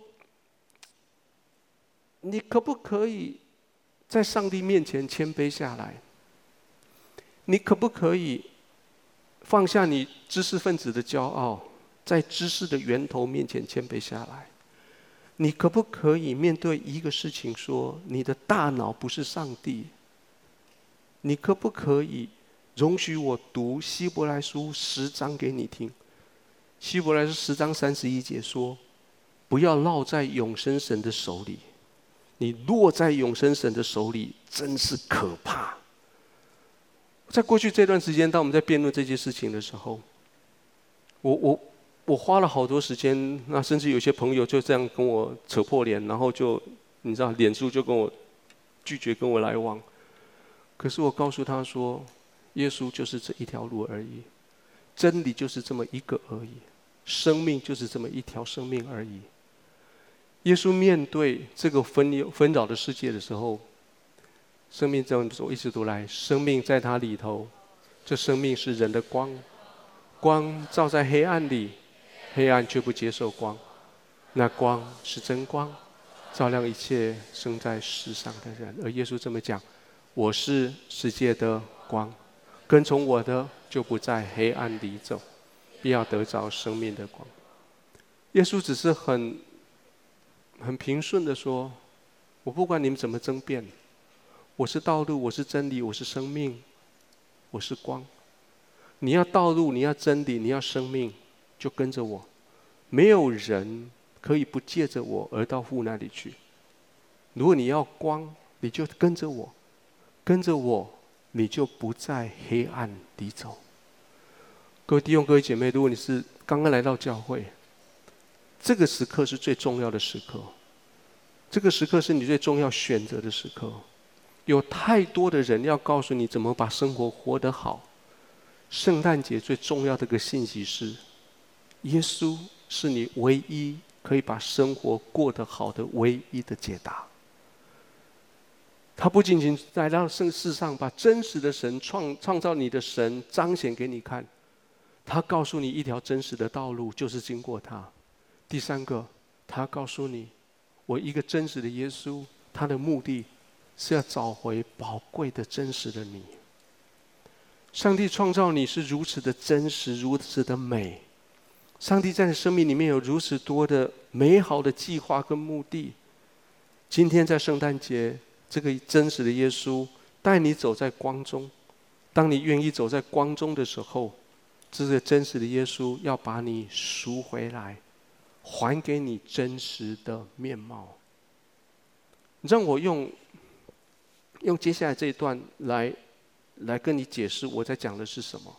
A: 你可不可以在上帝面前谦卑下来？你可不可以放下你知识分子的骄傲，在知识的源头面前谦卑下来？你可不可以面对一个事情说，你的大脑不是上帝？你可不可以容许我读希伯来书10章给你听？希伯来书10章31节说，不要落在永生神的手里。你落在永生神的手里，真是可怕。在过去这段时间，当我们在辩论这些事情的时候，我花了好多时间，那甚至有些朋友就这样跟我扯破脸，然后就你知道，脸书就跟我拒绝跟我来往。可是我告诉他说，耶稣就是这一条路而已，真理就是这么一个而已，生命就是这么一条生命而已。耶稣面对这个纷扰的世界的时候，生命这样说一直都来，生命在他里头，这生命是人的光，光照在黑暗里，黑暗却不接受光，那光是真光，照亮一切生在世上的人。而耶稣这么讲，我是世界的光，跟从我的就不在黑暗里走，必要得着生命的光。耶稣只是很平顺的说，我不管你们怎么争辩，我是道路，我是真理，我是生命，我是光。你要道路，你要真理，你要生命，就跟着我。没有人可以不借着我而到父那里去。如果你要光，你就跟着我，跟着我，你就不在黑暗里走。各位弟兄各位姐妹，如果你是刚刚来到教会，这个时刻是最重要的时刻，这个时刻是你最重要选择的时刻。有太多的人要告诉你怎么把生活活得好。圣诞节最重要的一个信息是，耶稣是你唯一可以把生活过得好的唯一的解答。他不仅仅来到世上把真实的神创造你的神彰显给你看，他告诉你一条真实的道路就是经过他。第三个，他告诉你，我一个真实的耶稣，他的目的是要找回宝贵的真实的你。上帝创造你是如此的真实，如此的美。上帝在你生命里面有如此多的美好的计划跟目的。 今天在圣诞节，这个真实的耶稣带你走在光中。当你愿意走在光中的时候，这个真实的耶稣要把你赎回来，还给你真实的面貌。让我用接下来这一段来跟你解释我在讲的是什么。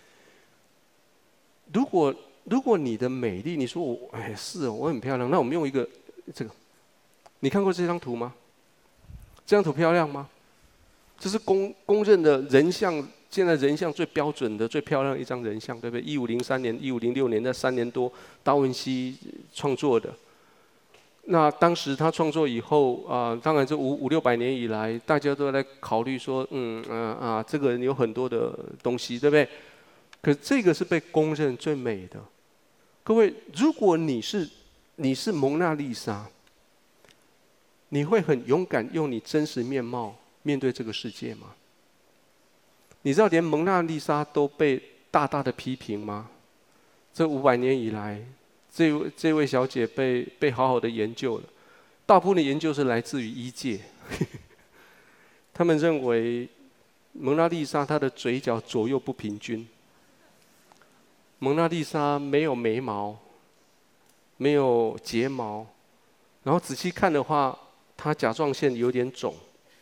A: 如果你的美丽，你说我很漂亮，那我们用一个这个，你看过这张图吗？这张图漂亮吗？这是公认的人像，现在人像最标准的、最漂亮的一张人像，对不对？1503年、1506年，那3年多，达文西创作的。那当时他创作以后当然这500-600年以来，大家都在考虑说，这个人有很多的东西，对不对？可这个是被公认最美的。各位，如果你是蒙娜丽莎，你会很勇敢用你真实面貌面对这个世界吗？你知道连蒙娜丽莎都被大大的批评吗？这500年以来，这位小姐被好好的研究了，大部分的研究是来自于医界，他们认为蒙娜丽莎她的嘴角左右不平均，蒙娜丽莎没有眉毛，没有睫毛，然后仔细看的话，她甲状腺有点肿。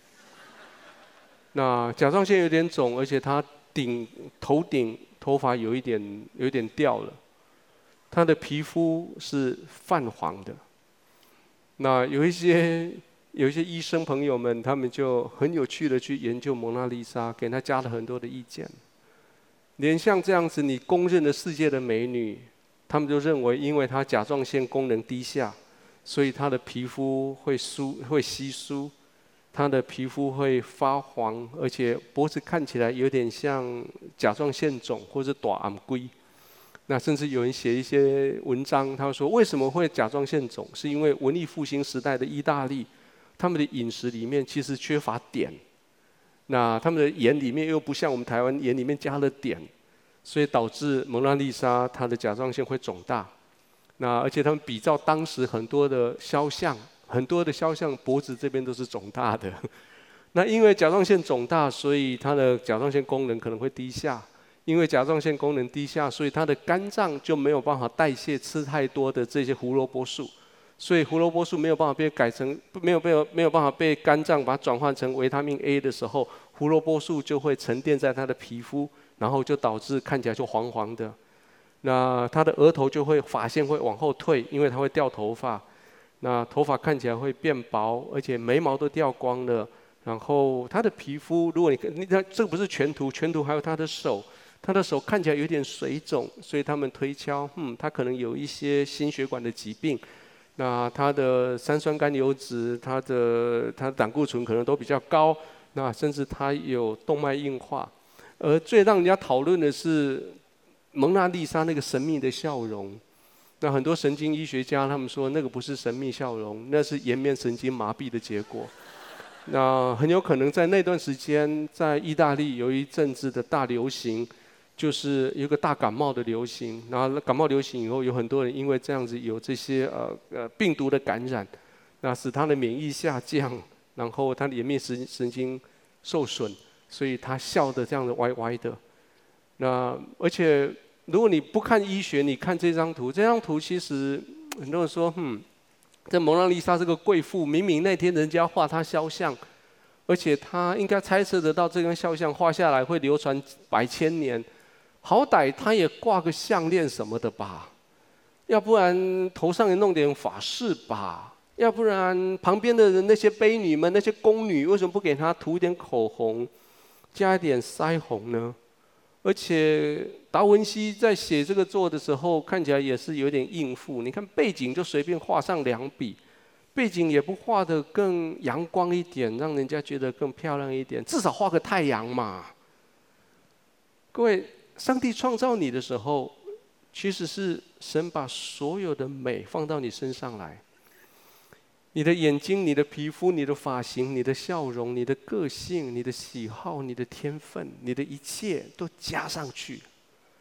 A: 那甲状腺有点肿，而且她头顶头发有一点掉了。他的皮肤是泛黄的。那有一些医生朋友们，他们就很有趣的去研究蒙娜丽莎，给他加了很多的意见。连像这样子你公认的世界的美女，他们就认为，因为她甲状腺功能低下，所以她的皮肤会稀疏，她的皮肤会发黄，而且脖子看起来有点像甲状腺肿或者大暗龟。那甚至有人写一些文章，他说为什么会甲状腺肿？是因为文艺复兴时代的意大利，他们的饮食里面其实缺乏碘，那他们的盐里面又不像我们台湾盐里面加了碘，所以导致蒙娜丽莎她的甲状腺会肿大。那而且他们比照当时很多的肖像脖子这边都是肿大的。那因为甲状腺肿大，所以他的甲状腺功能可能会低下。因为甲状腺功能低下，所以它的肝脏就没有办法代谢吃太多的这些胡萝卜素，所以胡萝卜素没有办法没有办法被肝脏把它转换成维他命 A 的时候，胡萝卜素就会沉淀在它的皮肤，然后就导致看起来就黄黄的。那他的额头就会发线会往后退，因为它会掉头发，那头发看起来会变薄，而且眉毛都掉光了。然后他的皮肤，如果你看这个不是全图，全图还有他的手。他的手看起来有点水肿，所以他们推敲，他可能有一些心血管的疾病。那他的三酸甘油酯，他的胆固醇可能都比较高，那甚至他有动脉硬化。而最让人家讨论的是蒙娜丽莎那个神秘的笑容。那很多神经医学家他们说，那个不是神秘笑容，那是颜面神经麻痹的结果。那很有可能在那段时间，在意大利有一阵子的大流行。就是有个大感冒的流行，然后感冒流行以后，有很多人因为这样子有这些病毒的感染，那使他的免疫下降，然后他的颜面神经受损，所以他笑得这样子歪歪的。那而且如果你不看医学，你看这张图其实很多人说，这蒙娜丽莎是个贵妇，明明那天人家画她肖像，而且她应该猜测得到这张肖像画下来会流传百千年。好歹他也挂个项链什么的吧，要不然头上也弄点发饰吧，要不然旁边的人那些婢女们、那些宫女为什么不给他涂一点口红，加一点腮红呢？而且达文西在写这个作的时候，看起来也是有点应付。你看背景就随便画上2笔，背景也不画得更阳光一点，让人家觉得更漂亮一点，至少画个太阳嘛。各位。上帝创造你的时候，其实是神把所有的美放到你身上来。你的眼睛、你的皮肤、你的发型、你的笑容、你的个性、你的喜好、你的天分、你的一切都加上去。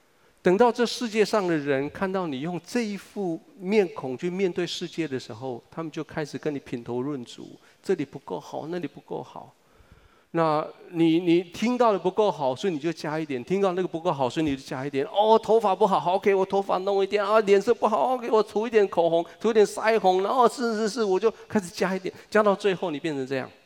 A: 等到这世界上的人看到你用这一副面孔去面对世界的时候，他们就开始跟你品头论足，这里不够好，那里不够好。那你听到的不够好，所以你就加一点；听到那个不够好，所以你就加一点。哦，头发不好，好给我头发弄一点啊；脸色不好，给我涂一点口红，涂一点腮红。然后是，我就开始加一点，加到最后你变成这样。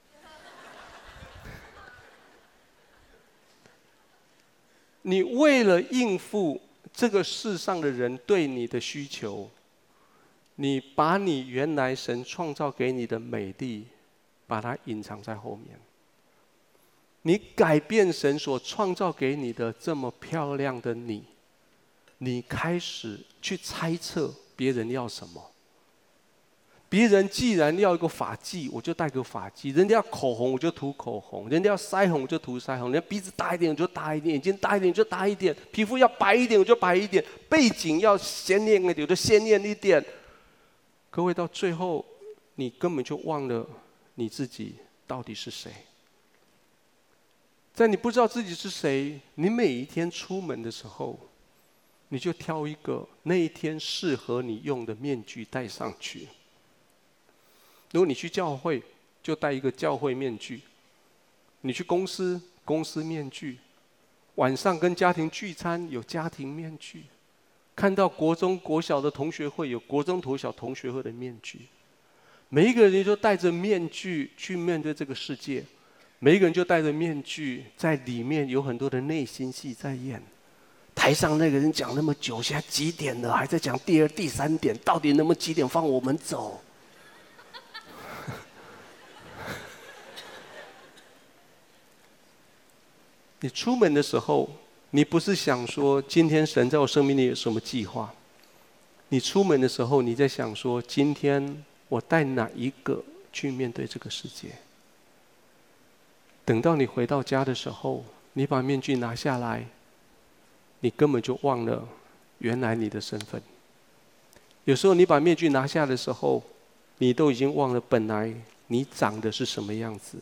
A: 你为了应付这个世上的人对你的需求，你把你原来神创造给你的美丽，把它隐藏在后面。你改变神所创造给你的这么漂亮的你，你开始去猜测别人要什么。别人既然要一个发髻，我就戴个发髻；人家要口红，我就涂口红；人家要腮红，我就涂腮红；人家鼻子大一点，我就大一点；眼睛大一点，我就大一点；皮肤要白一点，我就白一点；背景要鲜艳一点，我就鲜艳一点。各位，到最后，你根本就忘了你自己到底是谁。在你不知道自己是谁，你每一天出门的时候，你就挑一个那一天适合你用的面具戴上去。如果你去教会，就戴一个教会面具；你去公司，公司面具；晚上跟家庭聚餐，有家庭面具；看到国中、国小的同学会，有国中、国小同学会的面具。每一个人就戴着面具去面对这个世界，每一个人就戴着面具，在里面有很多的内心戏在演。台上那个人讲那么久，现在几点了，还在讲第二、第三点，到底能不能几点放我们走？你出门的时候，你不是想说今天神在我生命里有什么计划？你出门的时候，你在想说今天我带哪一个去面对这个世界？等到你回到家的时候，你把面具拿下来，你根本就忘了原来你的身份。有时候你把面具拿下的时候，你都已经忘了本来你长的是什么样子。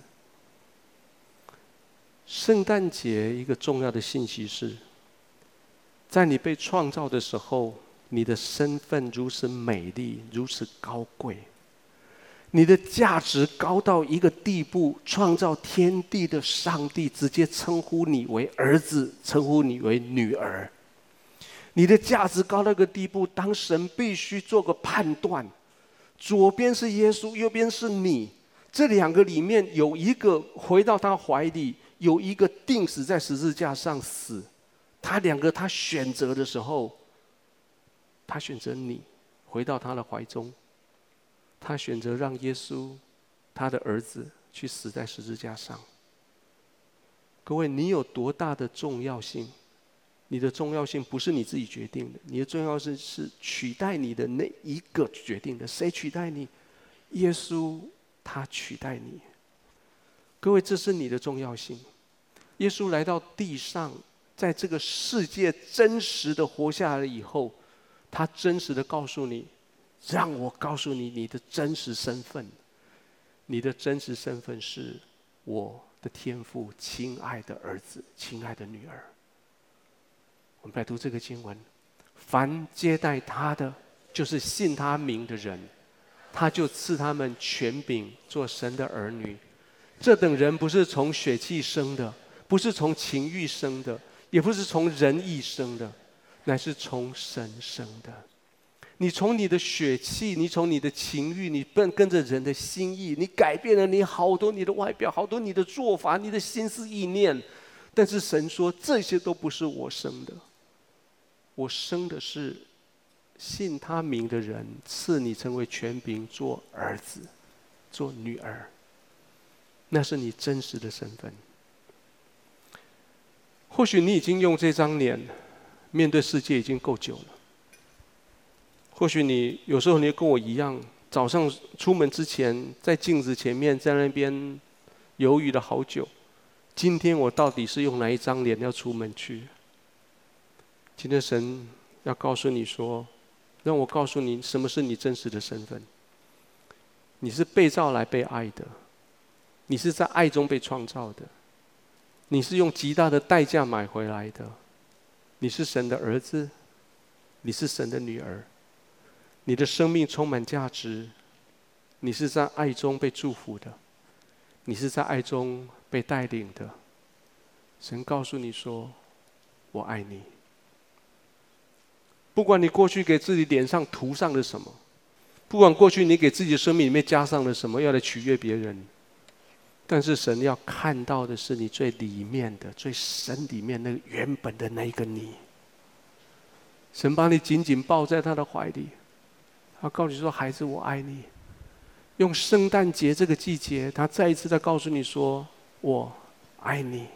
A: 圣诞节一个重要的信息是，在你被创造的时候，你的身份如此美丽，如此高贵，你的价值高到一个地步，创造天地的上帝直接称呼你为儿子，称呼你为女儿。你的价值高到一个地步，当神必须做个判断，左边是耶稣，右边是你，这两个里面有一个回到他怀里，有一个定死在十字架上死。他两个他选择的时候，他选择你回到他的怀中，他选择让耶稣他的儿子去死在十字架上。各位，你有多大的重要性？你的重要性不是你自己决定的，你的重要性是取代你的那一个决定的。谁取代你？耶稣他取代你。各位，这是你的重要性。耶稣来到地上，在这个世界真实的活下来以后，他真实的告诉你，让我告诉你你的真实身份。你的真实身份是我的天父亲爱的儿子，亲爱的女儿。我们来读这个经文：凡接待他的，就是信他名的人，他就赐他们权柄做神的儿女。这等人不是从血气生的，不是从情欲生的，也不是从人意生的，乃是从神生的。你从你的血气，你从你的情欲，你跟着人的心意，你改变了你好多你的外表，好多你的做法，你的心思意念。但是神说，这些都不是我生的，我生的是信他名的人，赐你成为权柄，做儿子，做女儿。那是你真实的身份。或许你已经用这张脸面对世界已经够久了。或许你有时候你跟我一样，早上出门之前在镜子前面在那边犹豫了好久，今天我到底是用哪一张脸要出门去？今天神要告诉你说，让我告诉你什么是你真实的身份。你是被造来被爱的，你是在爱中被创造的，你是用极大的代价买回来的， 你是神的儿子，你是神的女儿，你的生命充满价值，你是在爱中被祝福的，你是在爱中被带领的。神告诉你说，我爱你。不管你过去给自己脸上涂上了什么，不管过去你给自己的生命里面加上了什么，要来取悦别人，但是神要看到的是你最里面的、最深里面那个原本的那一个你。神把你紧紧抱在他的怀里，他告诉你说：“孩子，我爱你。”用圣诞节这个季节，他再一次在告诉你说：“我爱你。”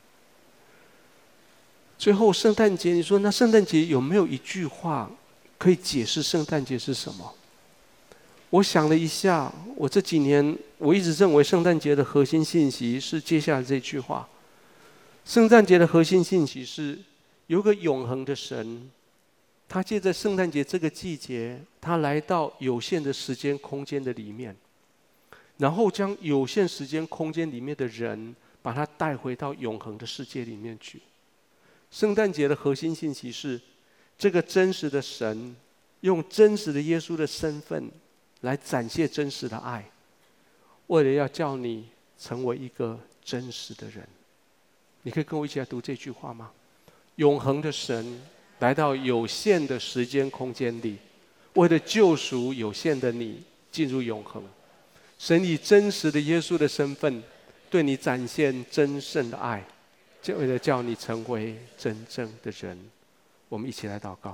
A: 最后，圣诞节，你说那圣诞节有没有一句话可以解释圣诞节是什么？我想了一下，我这几年我一直认为圣诞节的核心信息是接下来这句话：圣诞节的核心信息是有个永恒的神，他借着圣诞节这个季节，他来到有限的时间空间的里面，然后将有限时间空间里面的人，把他带回到永恒的世界里面去。圣诞节的核心信息是，这个真实的神用真实的耶稣的身份来展现真实的爱，为了要叫你成为一个真实的人。你可以跟我一起来读这句话吗？永恒的神来到有限的时间空间里，为了救赎有限的你进入永恒。神以真实的耶稣的身份对你展现真正的爱，就为了叫你成为真正的人。我们一起来祷告。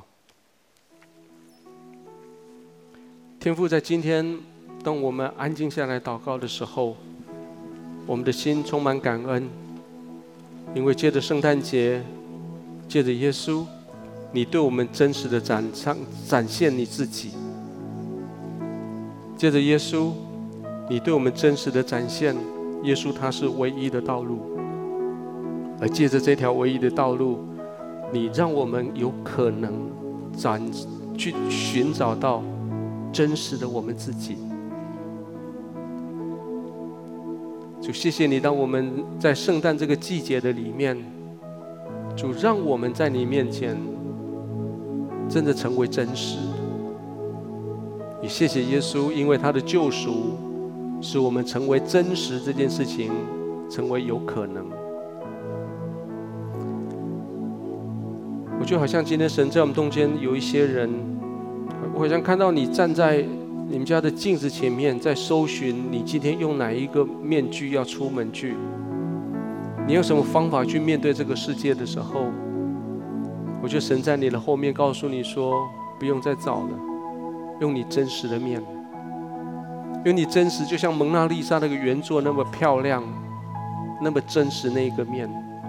A: 天父，在今天当我们安静下来祷告的时候，我们的心充满感恩，因为借着圣诞节，借着耶稣，你对我们真实的展现你自己。借着耶稣，你对我们真实的展现，耶稣他是唯一的道路。而借着这条唯一的道路，你让我们有可能去寻找到真实的我们自己。主，谢谢你，当我们在圣诞这个季节的里面，主让我们在你面前真的成为真实。也谢谢耶稣，因为他的救赎使我们成为真实这件事情成为有可能。我就好像今天神在我们中间有一些人，我好像看到你站在你们家的镜子前面，在搜寻你今天用哪一个面具要出门去，你用什么方法去面对这个世界的时候，我觉得神在你的后面告诉你说，不用再找了，用你真实的面，用你真实，就像蒙娜丽莎那个原作那么漂亮，那么真实那一个面。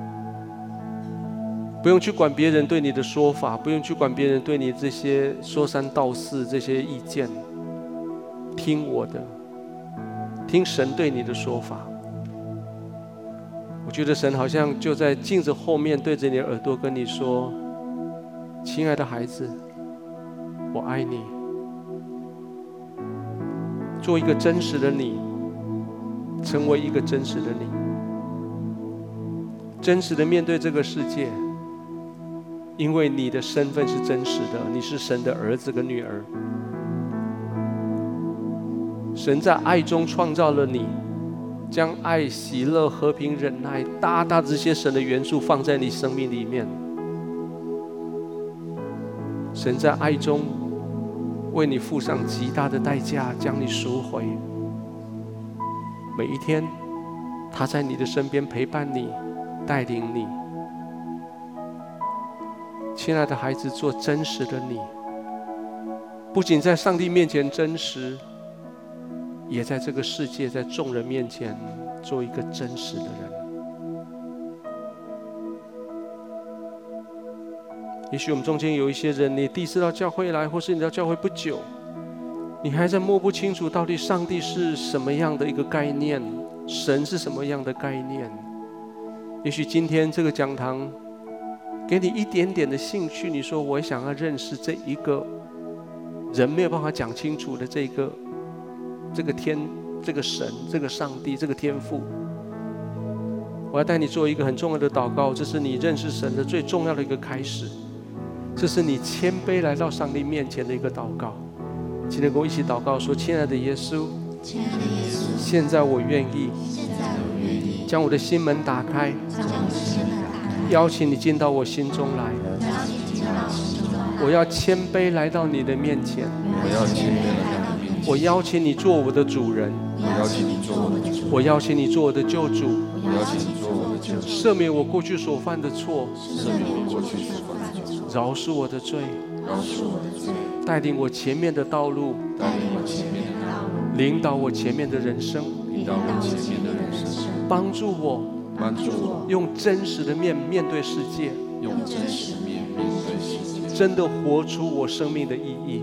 A: 不用去管别人对你的说法，不用去管别人对你这些说三道四这些意见，听我的，听神对你的说法。我觉得神好像就在镜子后面对着你的耳朵跟你说，亲爱的孩子，我爱你。做一个真实的你，成为一个真实的你，真实的面对这个世界，因为你的身份是真实的，你是神的儿子跟女儿。神在爱中创造了你，将爱、喜乐、和平、忍耐，大大这些神的元素放在你生命里面。神在爱中为你付上极大的代价，将你赎回。每一天，他在你的身边陪伴你，带领你。亲爱的孩子，做真实的你，不仅在上帝面前真实，也在这个世界，在众人面前做一个真实的人。也许我们中间有一些人，你第一次到教会来，或是你到教会不久，你还在摸不清楚到底上帝是什么样的一个概念，神是什么样的概念。也许今天这个讲堂给你一点点的兴趣，你说我想要认识这一个人没有办法讲清楚的这个天、这个神、这个上帝、这个天父。 我要带你做一个很重要的祷告，这是你认识神的最重要的一个开始，这是你谦卑来到上帝面前的一个祷告。今天跟我一起祷告说：亲爱的耶稣，现在我愿意将我的心门打开，邀请你进到我心中来。我要谦卑来到你的面前，我邀请你做我的主人，我邀请你做我的救主，赦免我过去所犯的错，饶恕我的罪，带领我前面的道路，领导我前面的人生，帮助我用真实的面对世界，真的活出我生命的意义。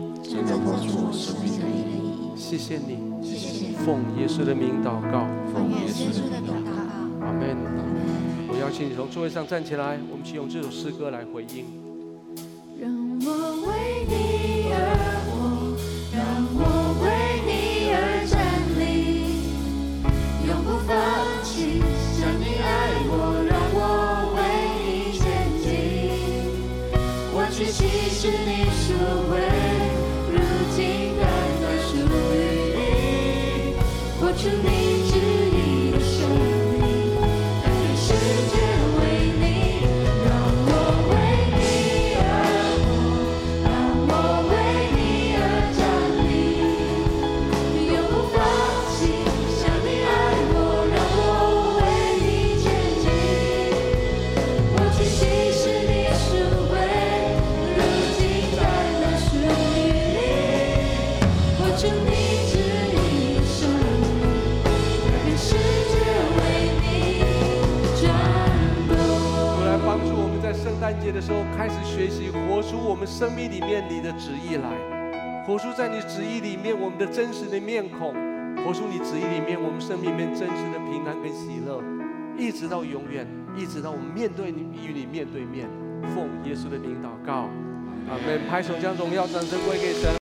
A: 谢谢你，奉耶稣的名祷告，阿们。我邀请你从座位上站起来，我们一起用这首诗歌来回应。
B: 让我为你而活，让我为你而站立，永不放弃，像你爱我，让我为你前进。过去其实你所为，如今单单属于你，活出你旨意的生命，让全世界为你，让我为你而活，让我为你而站立，永不放弃，像你爱我，让我为你前进。过去其实你所为，如今单单属于你，活出你旨意的生命，让全世界为你转动。
A: 主来帮助我们在圣诞节的时候开始学习活出我们生命里面你的旨意来，活出在你旨意里面我们的真实的面孔，活出你旨意里面我们生命里面真实的平安跟喜乐，一直到永远，一直到我们面对你，与你面对面。奉耶稣的名祷告，阿们。拍手将荣耀掌声归给神。